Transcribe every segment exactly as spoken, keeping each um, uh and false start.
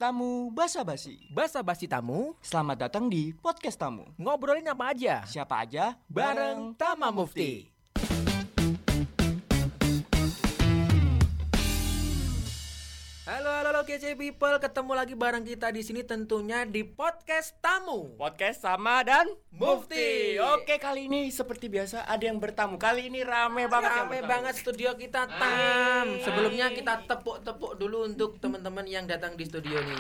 Tamu Basa-Basi. Basa-basi tamu. Selamat datang di podcast tamu. Ngobrolin apa aja? Siapa aja? Bareng Tama Mufti. Halo halo halo kece people, ketemu lagi bareng kita di sini tentunya di podcast tamu. Podcast sama dan Mufti. Oke, kali ini seperti biasa ada yang bertamu. Kali ini rame banget yang Rame bertamu. banget studio kita Tam. Sebelumnya kita tepuk-tepuk dulu untuk teman-teman yang datang di studio nih.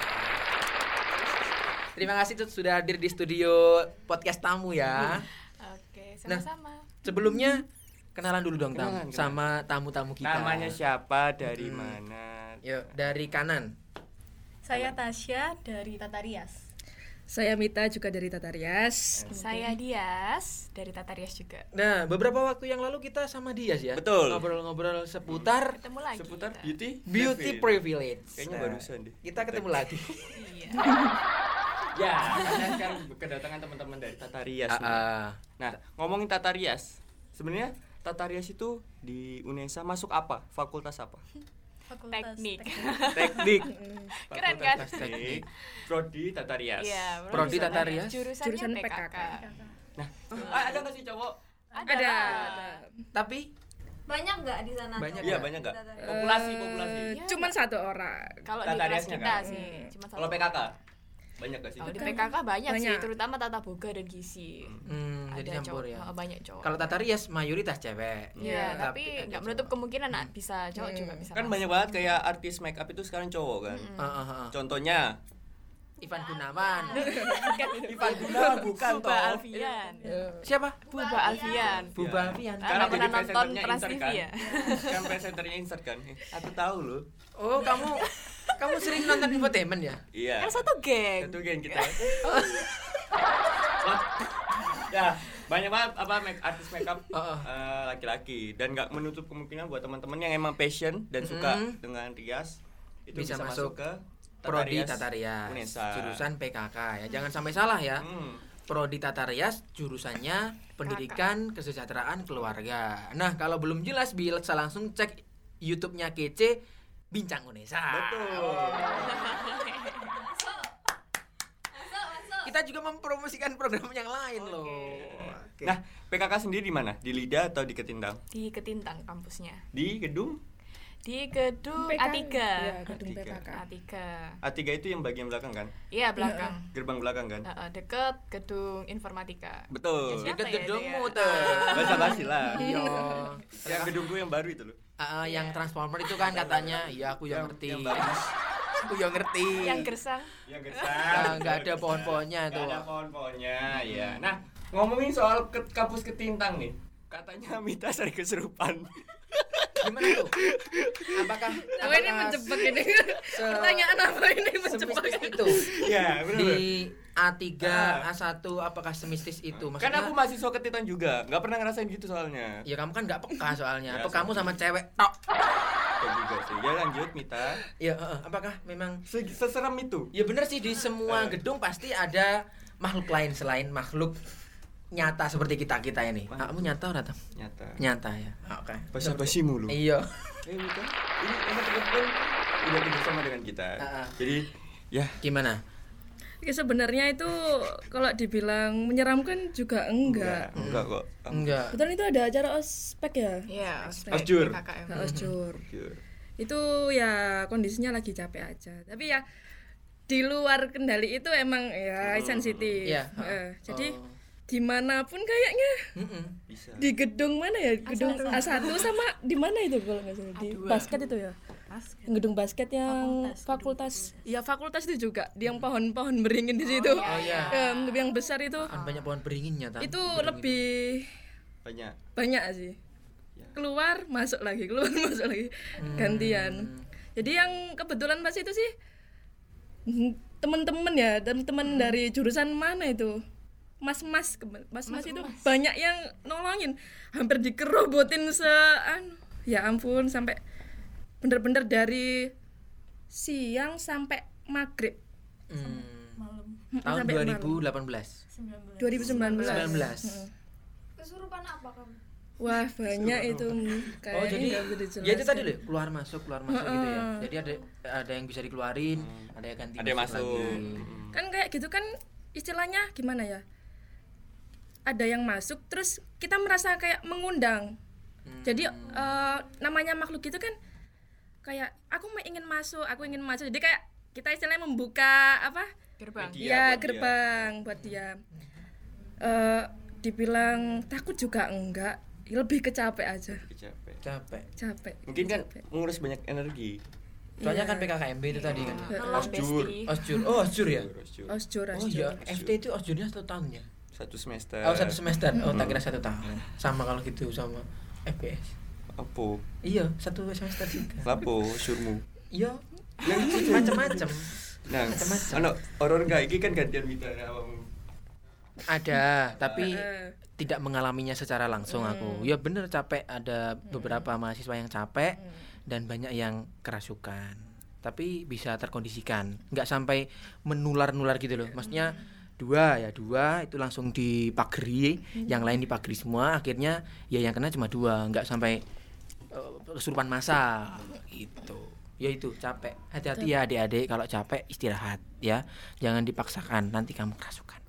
Terima kasih tuh sudah hadir di studio podcast tamu ya. Oke, sama-sama. Sebelumnya kenalan dulu dong Tam Kenalan, kenalan. sama tamu-tamu kita. Namanya siapa, dari mana? Yuk, dari kanan. Saya Tasya dari Tata Rias. Saya Mita juga dari Tata Rias. Saya Dias dari Tata Rias juga. Nah, beberapa waktu yang lalu kita sama Dias ya. Betul. Ngobrol-ngobrol seputar Ketemu lagi. Seputar kita. beauty beauty privilege. Kayaknya Nah, barusan deh. Kita ketemu lagi. Iya. Ya, karena sekarang kedatangan teman-teman dari Tata Rias. Ah, nih. ah. Nah, ngomongin Tata Rias, sebenarnya Tata Rias itu di UNESA masuk apa? Fakultas apa? Fakultas Teknik. Teknik. Keren Fakultas kan? Teknik. Prodi Tata Rias. Iya, Prodi jurusannya- Tata Rias. Jurusannya Jurusan P K K. P K K. Nah, ah, ada nggak sih cowok? Ada. Ada. Tapi Banyak nggak di sana? Banyak Iya, nggak? banyak nggak? Populasi, populasi. Eh, cuman satu orang. Kalau di Tata kelas Riasnya kita kan? sih, cuma satu. Kalau P K K banyak nggak sih? Kalau di P K K banyak, sih, Banyak. terutama tata boga dan gizi. hmm, jadi Ada campur cowok, ya. oh, banyak cowok. Kalau Tata Rias mayoritas cewek. Iya, Tapi tapi ada nggak menutup cowok. kemungkinan nah, bisa cowok juga bisa. Kan masuk. banyak banget kayak artis make up itu sekarang cowok kan. Ah, ah, ah. Contohnya Ivan Gunawan. Ivan Gunawan bukan Buba toh. Alfian. Siapa? Buba Alfian. Buba Alfian. Ah, Karena nggak pernah jadi nonton presenternya Trans Insert T V kan. ya? Kan presenternya Insert kan. Aku tahu loh. Oh, kamu kamu sering nonton infotainment ya? Iya. Kan satu geng. Satu geng kita. Ya, banyak banget apa make, artis makeup Oh, oh. eh, laki-laki dan nggak menutup kemungkinan buat teman-teman yang emang passion dan suka Mm-mm. dengan rias itu Bisa bisa, masuk masuk ke Prodi Tata Rias. UNESA. Jurusan P K K ya. Jangan sampai salah ya. Hmm. Prodi Tata Rias jurusannya Pendidikan Kesejahteraan Keluarga. Nah, kalau belum jelas bisa langsung cek YouTube-nya Kece Bincang UNESA. Betul. Kita juga mempromosikan program yang lain loh. Oke. Nah, P K K sendiri di mana? Di Lida atau di Ketintang? Di Ketintang kampusnya. Di gedung Di gedung P K K. A tiga. Iya, gedung A tiga. P K K. A tiga. A tiga itu yang bagian belakang kan? Iya, belakang. Gerbang belakang kan? Heeh, deket gedung informatika. Betul. Ya, siapa Deket ya itu gedungmu ya? tuh. Basa-basi lah. Iya. Yang gedungku yang baru itu loh. Ah, ah, yang Transformer itu kan katanya, ya aku yang Yang- ngerti. yang bagus. Aku yang ngerti. Yang gersang. Yang Ah, nggak ada pohon-pohonnya Nggak tuh. ada pohon-pohonnya, ya. Nah, ngomongin soal ke kampus Ketintang nih. Katanya Mita sering kesurupan. Gimana tuh? Apakah Oh, ini apakah menjebak ini. se- Pertanyaan apa ini menjebak? semistis itu? Ya, benar. Di A tiga, Ah. A satu apakah semistis itu? Kan Maksudnya aku mahasiswa Ketintang juga, nggak pernah ngerasain gitu soalnya. ya kamu kan nggak peka soalnya. Ya, Atau kamu sama. sama cewek tok? Kayak juga sih. Ya lanjut Mita. Ya, eh, apakah memang Se- Seseram itu. ya benar sih di semua Eh. gedung pasti ada makhluk lain selain makhluk nyata seperti kita kita ini. Ah, kamu nyata atau Tam? Nyata. Nyata ya. Ah, Oke. Basa-basi mulu. Iya. Eh, Mita, ini emang teman-teman udah kerjasama dengan kita. Ah, ah. Jadi, ya Gimana? Ya, sebenarnya itu kalau dibilang menyeramkan juga enggak. enggak kok. Enggak. Betul itu ada acara ospek ya? Iya, Osjur. P K K M. Nah, osjur. Jujur. Itu ya kondisinya lagi capek aja. Tapi ya di luar kendali itu emang ya sensitif. Iya. Eh, jadi Oh. dimanapun kayaknya Mm-mm. Bisa. di gedung mana ya? Gedung A satu sama di mana itu kalau nggak salah di A dua. basket itu ya? Gedung basket yang Fakultas, fakultas, ya fakultas itu juga, yang pohon-pohon beringin di situ. Oh iya. Em, yang besar itu, Kan banyak pohon beringinnya Tam. itu Beringin. lebih Banyak. banyak sih. Ya. Keluar masuk lagi, keluar masuk lagi, gantian. Jadi yang kebetulan pas itu sih mm, teman-teman ya, teman-teman dari jurusan mana itu? Mas-mas, mas-mas itu Mas-mas. banyak yang nolongin, hampir dikerobotin se anu. Ya ampun, sampai bener-bener dari siang sampai maghrib. Hmm. malam Tahun Sampai dua ribu delapan belas. sembilan belas. dua ribu sembilan belas. sembilan belas. Heeh. Kesurupan apa kamu? Wah, banyak itu. Kayak Oh jadi nggak bisa dijelaskan. ya itu tadi loh keluar masuk keluar masuk gitu ya. Jadi ada ada yang bisa dikeluarin, ada yang ganti Ada yang masuk. lagi. Kan kayak gitu kan istilahnya gimana ya? Ada yang masuk terus kita merasa kayak mengundang. Jadi eh, namanya makhluk itu kan kayak aku mau ingin masuk, aku ingin masuk. Jadi kayak kita istilahnya membuka apa? Gerbang. Dia, ya buat dia. gerbang buat dia. Eh dibilang takut juga enggak, lebih ke capek aja. Capek. Capek. Capek. Mungkin kan capek. mengurus banyak energi. Soalnya Iya. kan P K K M B itu tadi kan. Lelah Osjur. besti. Osjur. Oh, osjur ya. Osjur. Osjur, Oh osjur. iya, F T itu osjurnya satu tahun ya. Satu semester. Oh, satu semester. Oh, tak kira satu tahun. Sama kalau gitu sama F P S. Apa? Iya, satu semester juga. Lapo surmu. Iya. Macam-macam. Nah, Macam-macam. ono horor enggak iki kan gantian Mita awakmu. Ada, tapi Eh, tidak mengalaminya secara langsung aku. Ya bener capek, ada beberapa mahasiswa yang capek dan banyak yang kerasukan. Tapi bisa terkondisikan, nggak sampai menular-nular gitu loh. Maksudnya dua ya dua itu langsung dipagari, yang lain dipagari semua. Akhirnya ya yang kena cuma dua, nggak sampai uh, kesurupan massal gitu. Ya itu capek. Hati-hati ya adik-adik kalau capek istirahat ya. Jangan dipaksakan nanti kamu kerasukan.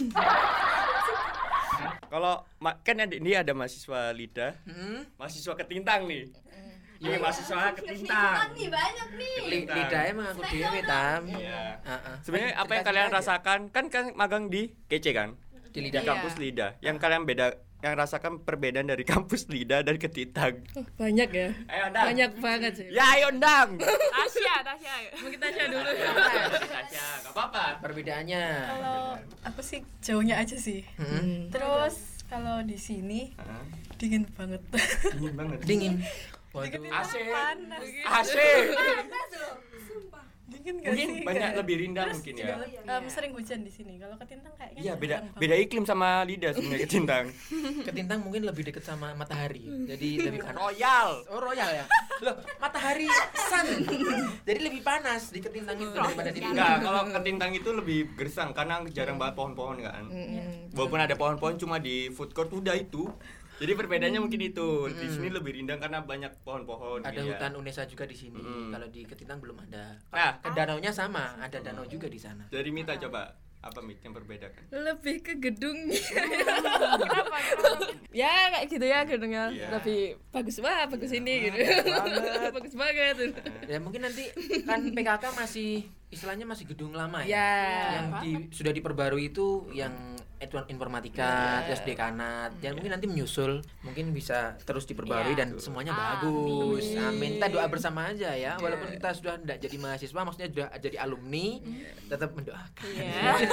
Kalau ma- kan ada ini ada mahasiswa lidah, Hmm? mahasiswa ketintang nih. Ini mahasiswa ketintang. nih banyak nih. Li- lidahnya mengaku dewe tam. Iya. Heeh. Sebenarnya apa yang Cerita-cerita kalian aja. rasakan? Kan kan magang di K C kan? Di Di lidah. Iya. kampus lidah. Yang kalian beda yang rasakan perbedaan dari kampus lidah dan ketintang. oh, banyak ya. Ayo Ndang. Banyak banget sih. Ya ayo Ndang. Tasya, Tasya. ayo. Mau kita share dulu. Tasya, enggak apa-apa. Perbedaannya. Kalau aku sih jauhnya aja sih. Hmm. Terus kalau di sini Hah? dingin banget. Dingin banget. Dingin. Waduh. A C. Panas. A C. Dingin gak Mungkin sih? banyak Kayak- lebih rindang Terus mungkin juga, ya. em, sering hujan di sini. Kalau ketintang kayaknya Iya, beda jarang beda banget. iklim sama lidah sebenarnya ketintang. Ketintang mungkin lebih dekat sama matahari. Jadi lebih panas. Royal. Oh, royal ya. Loh, matahari sun. Jadi lebih panas di ketintang itu daripada di Enggak, kalau ketintang itu lebih gersang karena jarang banget pohon-pohon kan. Walaupun ada pohon-pohon cuma di food court udah itu. Jadi perbedaannya mungkin itu. Di sini lebih rindang karena banyak pohon-pohon. Ada gitu ya. hutan Unesa juga di sini. Mm. Kalau di Ketintang belum ada. Nah, Ke danaunya sama, ada danau juga di sana. dari Mita coba apa Mit yang membedakan? Lebih ke gedungnya. Kenapa? Kenapa? Ya kayak gitu ya gedungnya. Iya. Lebih bagus wah bagus ini gitu. banget. Bagus banget. Ya mungkin nanti kan P K K masih istilahnya masih gedung lama ya. Ya. Yang di, sudah diperbarui itu yang etuan informatika, Ya. terus dekanat. Dan mungkin nanti menyusul, mungkin bisa terus diperbarui Iya. dan semuanya Amin. bagus. Amin. Kita doa bersama aja ya. Walaupun kita sudah tidak jadi mahasiswa, maksudnya sudah jadi alumni, tetap mendoakan. Iya.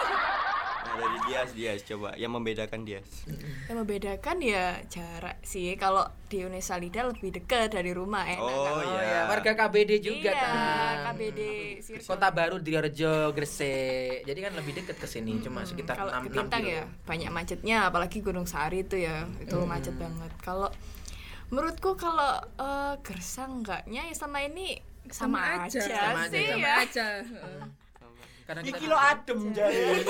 Nah, dari Dias, Dias coba yang membedakan Dias. Yang membedakan ya jarak sih. Kalau di Unesa Lidah lebih dekat dari rumah enak Oh, kan. iya. Ya, warga K B D juga Iya, Tam. K B D Sirso. Kota Baru Diorejo, Gresik. Jadi kan lebih dekat ke sini, cuma sekitar Kalau enam Ketintang kilo. ya banyak macetnya, apalagi Gunung Sari itu ya, itu macet banget. Kalau menurutku kalau eh, gersang enggaknya ya sama ini sama, Sama aja. aja, Sama aja, sih sama ya. Aja. Karena Iki kita lo adem jadi.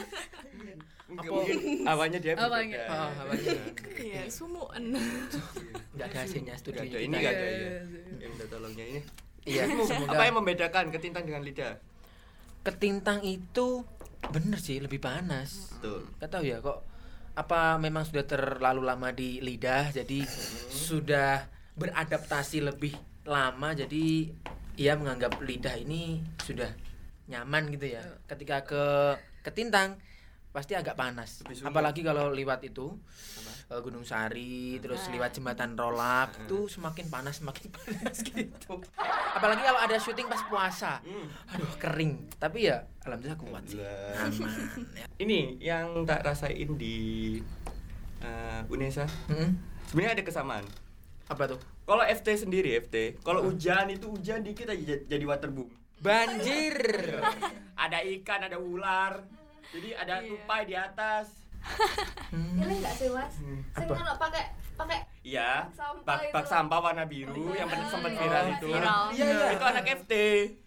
Mungkin, Apa? mungkin awalnya dia Awalnya. berbeda. Oh, awalnya. Iya, sumuan. Enggak ada hasilnya studi Nggak ada, kita. ini enggak ada Iya, ya. iya, Ya udah tolongnya ini. Iya, semoga. Apa yang membedakan ketintang dengan lidah? Ketintang itu bener sih lebih panas. Betul. Gak tahu ya kok apa memang sudah terlalu lama di lidah jadi sudah beradaptasi lebih lama jadi ia menganggap lidah ini sudah nyaman gitu ya. Ketika ke Ketintang pasti agak panas. Lebih sumber. Apalagi kalau lewat itu eh, Gunung Sari terus lewat jembatan Rolak itu semakin panas semakin panas gitu. Apalagi kalau ada syuting pas puasa. Aduh kering. Tapi ya alhamdulillah kuat sih. Alhamdulillah. Aman. Ya. Ini yang tak rasain di eh, Unesa. Mm-mm. Sebenarnya ada kesamaan. Apa tuh? Kalau F T sendiri F T, kalau hujan itu hujan dikit aja jad- jadi waterboom. Banjir. Ada ikan, ada ular. Jadi ada tupai di atas. Ini enggak sih, Mas? Sing Apa? ono pakai pakai Iya, Sampah bak, itu. bak sampah warna biru yang pernah sempat viral itu. Viral. Iya, iya. Itu anak F T.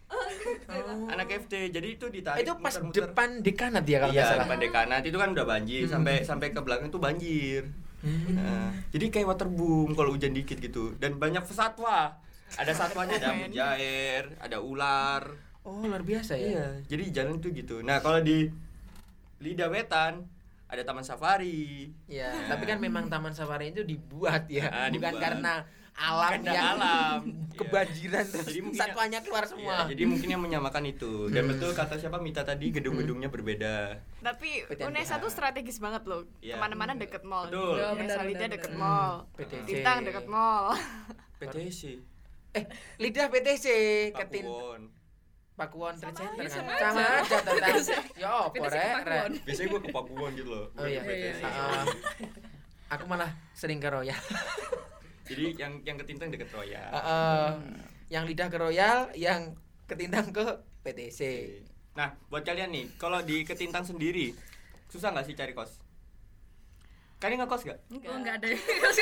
Anak F T. Jadi itu ditarik Itu pas muter-muter. depan dekanat ya kalau nggak Iya, salah. depan dekanat itu kan udah banjir sampai sampai ke belakang itu banjir. Nah, jadi kayak waterboom kalau hujan dikit gitu. Dan banyak satwa. Ada satwanya, ada mujair, ada ular. Oh, luar biasa ya. Iya, jadi jalan tuh gitu. Nah, kalau di Lidah Wetan ada taman safari. Ya, tapi kan memang taman safari itu dibuat ya, Ah, bukan dibuat. karena alam Karena yang alam. kebanjiran terus Jadi mungkin satwanya keluar Iya, semua. jadi mungkin yang menyamakan itu. Dan Hmm. betul kata siapa Mita tadi, gedung-gedungnya berbeda. Tapi P T N K H. Unesa tuh strategis banget loh. Iya. Kemana-mana deket mall. Betul. Ya, Unesa benar, Lidah benar, deket benar. mall. P T C. Bintang deket mall. P T C. Eh, Lidah P T C ketin Pakuwon. Pakuwon Trade Center aja, kan. sama Sama aja. aja tentang. Ya opo P T C rek, ke rek. Pakuwon. Biasanya gua ke Pakuwon gitu loh. Oh iya. P T C. Heeh. Aku malah sering ke Royal. Jadi yang yang ketintang deket Royal. Heeh. Yang Lidah ke Royal, yang ketintang ke P T C. Nah, buat kalian nih, kalau di Ketintang sendiri susah nggak sih cari kos? Kalian ngekos nggak? Oh, enggak ada.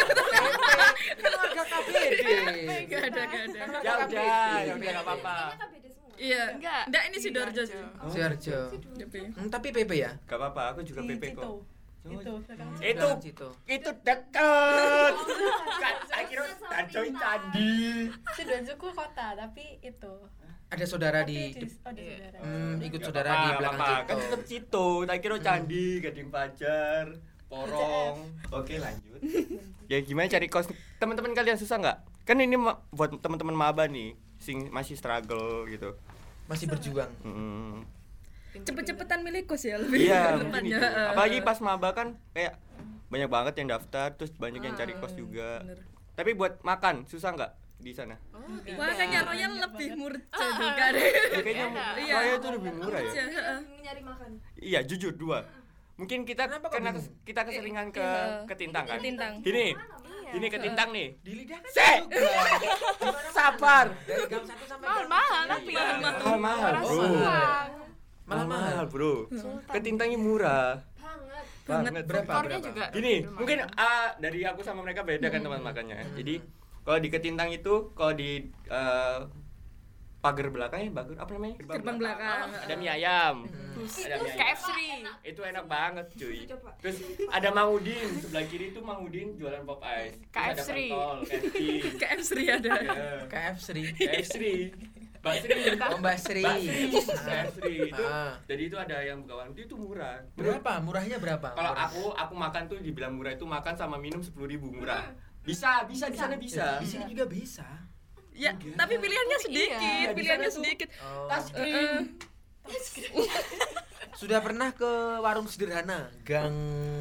Keluarga K B D. Enggak ada, enggak ada. Ya udah, ya udah nggak apa-apa. Kayaknya beda semua. Iya. Enggak. Enggak, ini Sidoarjo sih. Oh. Sidoarjo. Tapi Hmm, tapi P P ya? Gak apa-apa, aku juga P P kok. Itu, sekarang Itu Belakang situ. itu deket. Kan saya kira Tancoy Candi. Sidoarjoku kota, tapi itu. Ada saudara Tapi di, di- oh, di saudara. Hmm, ikut Gak saudara apa-apa, di gak belakang apa-apa. situ. Kan tetap situ. Tak kira Candi, Gading Pajar, Porong. Oke, lanjut. Ya gimana cari kos? Teman-teman kalian susah nggak? Kan ini ma- buat teman-teman maba nih, sing masih struggle gitu. Masih berjuang. Hmm. cepet-cepetan milih kos ya lebih Iya, ke mungkin depannya. itu. Apalagi pas maba kan kayak banyak banget yang daftar, terus banyak yang cari kos juga. Bener. Tapi buat makan susah nggak di sana? Wah, kayaknya Royal lebih murca juga deh. Ya, kayaknya Iya. Royal itu lebih murah ya. Iya, heeh. Nyari makan. Iya, jujur dua. Mungkin kita Kenapa kok karena bingung? kita keseringan ke Iya. Ketintang kan. Ketintang. Gini, Iya. gini Ketintang nih. Di Lidah kan Sek! juga. Sabar. Dari gang satu sampai gang Mahal-mahal tiga. tapi. Mahal mahal, Orang bro. Sultan. Malah mahal. bro. Sultan. Ketintangnya murah. Banget. Banget. Berapa? Foodcourt-nya berapa? juga. Gini, lumayan. mungkin ah, dari aku sama mereka beda kan teman makannya. Jadi kalau di Ketintang itu, kalau di eh, pagar belakangnya, pagar apa namanya? Gerbang belakang. Ada mie ayam. Hmm. Ada mie K ayam. F C. Itu enak banget cuy. Coba. Terus ada Mang Udin, sebelah kiri itu Mang Udin jualan pop ice. Terus K F C. ada pentol, K F C. K F C ada. Ya, K F Sri. K F C. Mbak Sri. Oh, Mbak Sri. Mbak Sri. K F C itu. Ah. Jadi itu ada yang buka warung itu murah. Berapa? Murahnya berapa? Kalau Murah. aku aku makan tuh dibilang murah itu makan sama minum sepuluh ribu murah. Bisa, bisa di sana bisa. Di sini juga bisa. Ya, tapi pilihannya sedikit, Iya, di pilihannya sana tuh. sedikit. Oh. Tas krim. Sudah pernah ke warung sederhana gang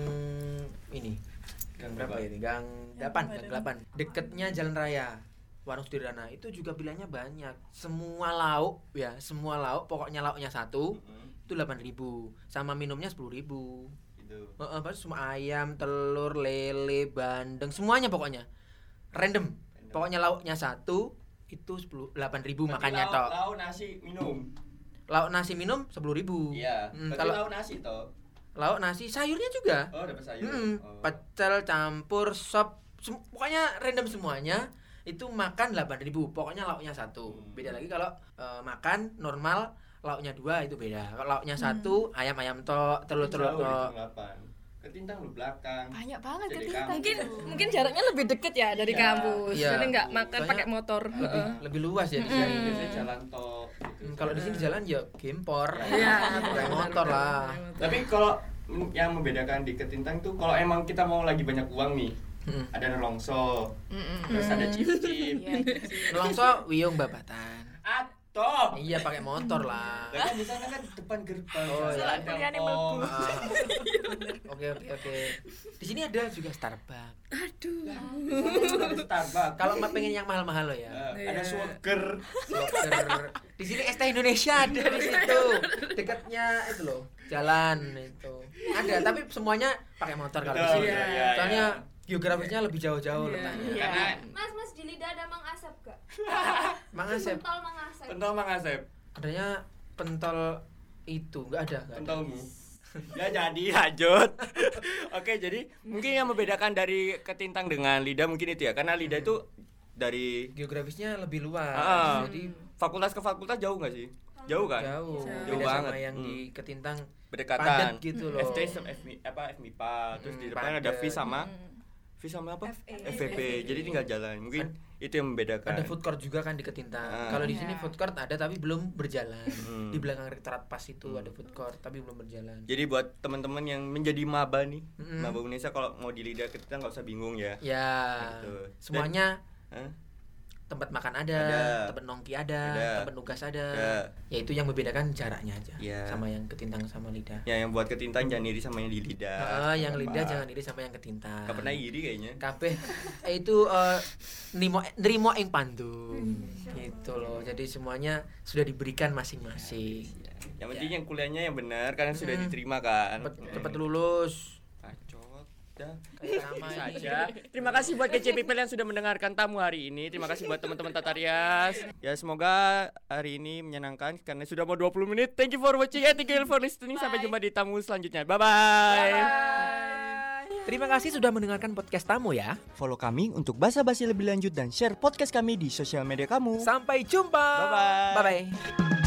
ini? Gang berapa ini? Gang delapan, gang delapan. Deketnya Jalan Raya. Warung sederhana itu juga pilihannya banyak. Semua lauk ya, semua lauk pokoknya lauknya satu itu delapan ribu sama minumnya sepuluh ribu. Gitu. Heeh, pasti semua ayam, telur, lele, bandeng, semuanya pokoknya. Random. Pokoknya lauknya satu itu sepuluh delapan ribu makannya Tapi tok. lauk, lauk nasi minum. Lauk nasi minum sepuluh ribu. Iya. Hmm, Tapi kalau lauk nasi toh. lauk nasi sayurnya juga. Oh, dapat sayur. Hmm, Oh. pecel campur sop sem- pokoknya random semuanya itu makan delapan ribu. Pokoknya lauknya satu. Hmm. Beda lagi kalau eh, makan normal lauknya dua itu beda. Kalau lauknya satu ayam-ayam tok, telur-telur Jauh di tok. Gang delapan. Ketintang lu belakang. Banyak banget Jadi ketintang. kamu- Mungkin mungkin jaraknya lebih deket ya dari Iya. kampus. Iya. Jadi nggak makan Soalnya pakai motor. Lebih, Heeh. lebih luas ya di Biasanya sini. biasanya jalan tol gitu. Hmm, kalau di sini jalan ya gempor. Iya, Pakai benar, motor benar, lah. benar, benar. Tapi kalau mm, yang membedakan di Ketintang tuh kalau emang kita mau lagi banyak uang nih, Hmm. ada nelongso, Mm-mm. terus ada cip-cip. Iya. Nelongso wiyung babatan. Atau Iya pakai motor lah. Lah kan di sana kan depan gerbang. Oh, sana iya. ada Kuliahnya pom. mlebu. Ah. Oke oke oke. Di sini ada juga Starbucks. Aduh. Ada Starbucks. Kalau mbak pengen yang mahal-mahal loh ya. Nah, ada Iya. Swagger. Sloker. Di sini es teh Indonesia ada di situ. Dekatnya itu loh, jalan itu. Ada, tapi semuanya pakai motor kalau di Betul, sini. iya, iya, Soalnya geografisnya lebih jauh-jauh Iya. letaknya. Iya. Karena Mas, mas di lidah ada Mang Asep gak? Mang Asep, Pentol Mang Asep. pentol Mang Asep, adanya pentol itu enggak ada, enggak ada. pentolmu. Ya jadi lanjut. Oke, jadi mungkin yang membedakan dari Ketintang dengan Lidah mungkin itu ya, karena Lidah itu dari Geografisnya lebih luas. Ah. Jadi fakultas ke fakultas jauh nggak sih? Jauh kan? jauh. Jauh Beda banget. sama yang Hmm. di Ketintang Berdekatan. padat gitu loh. F T sama F M I apa F M I P A, terus di Hmm, depan ada padat. V sama V sama apa? F E. F V P. Jadi tinggal jalan. Mungkin itu yang membedakan. Ada food court juga kan di Ketintang. Ah. Kalau di Iya. sini food court ada tapi belum berjalan. Hmm. Di belakang Rektorat Pas itu ada food court tapi belum berjalan. Jadi buat teman-teman yang menjadi maba nih, Mm-mm. maba Unesa kalau mau di Lida kita nggak usah bingung ya. Ya, Gitu. semuanya Hah? tempat makan ada, Ada. tempat nongki ada, Ada. tempat nugas ada. Ada. Ya itu yang membedakan jaraknya aja Iya. sama yang Ketintang sama Lidah. Ya yang buat ketintang jangan iri sama yang di Lida. Ah, yang Lidah Apa? jangan iri sama yang Ketintang. Nggak pernah iri kayaknya. Kabeh eh, itu eh, nimo nrimo ing pandum. Gitu loh. Jadi semuanya sudah diberikan masing-masing. Yang penting yang kuliahnya yang benar karena sudah Mm. diterima kan. Cepet, cepet lulus. Bacot. Dah. Kayak sama Itu ini. saja. Terima kasih buat K C People yang sudah mendengarkan tamu hari ini. Terima kasih buat teman-teman Tatarias. Ya semoga hari ini menyenangkan karena sudah mau dua puluh menit. Thank you for watching and thank you for listening. Sampai jumpa di tamu selanjutnya. Bye bye. Terima kasih sudah mendengarkan podcast tamu ya. Follow kami untuk basa-basi lebih lanjut dan share podcast kami di sosial media kamu. Sampai jumpa. Bye-bye. Bye bye.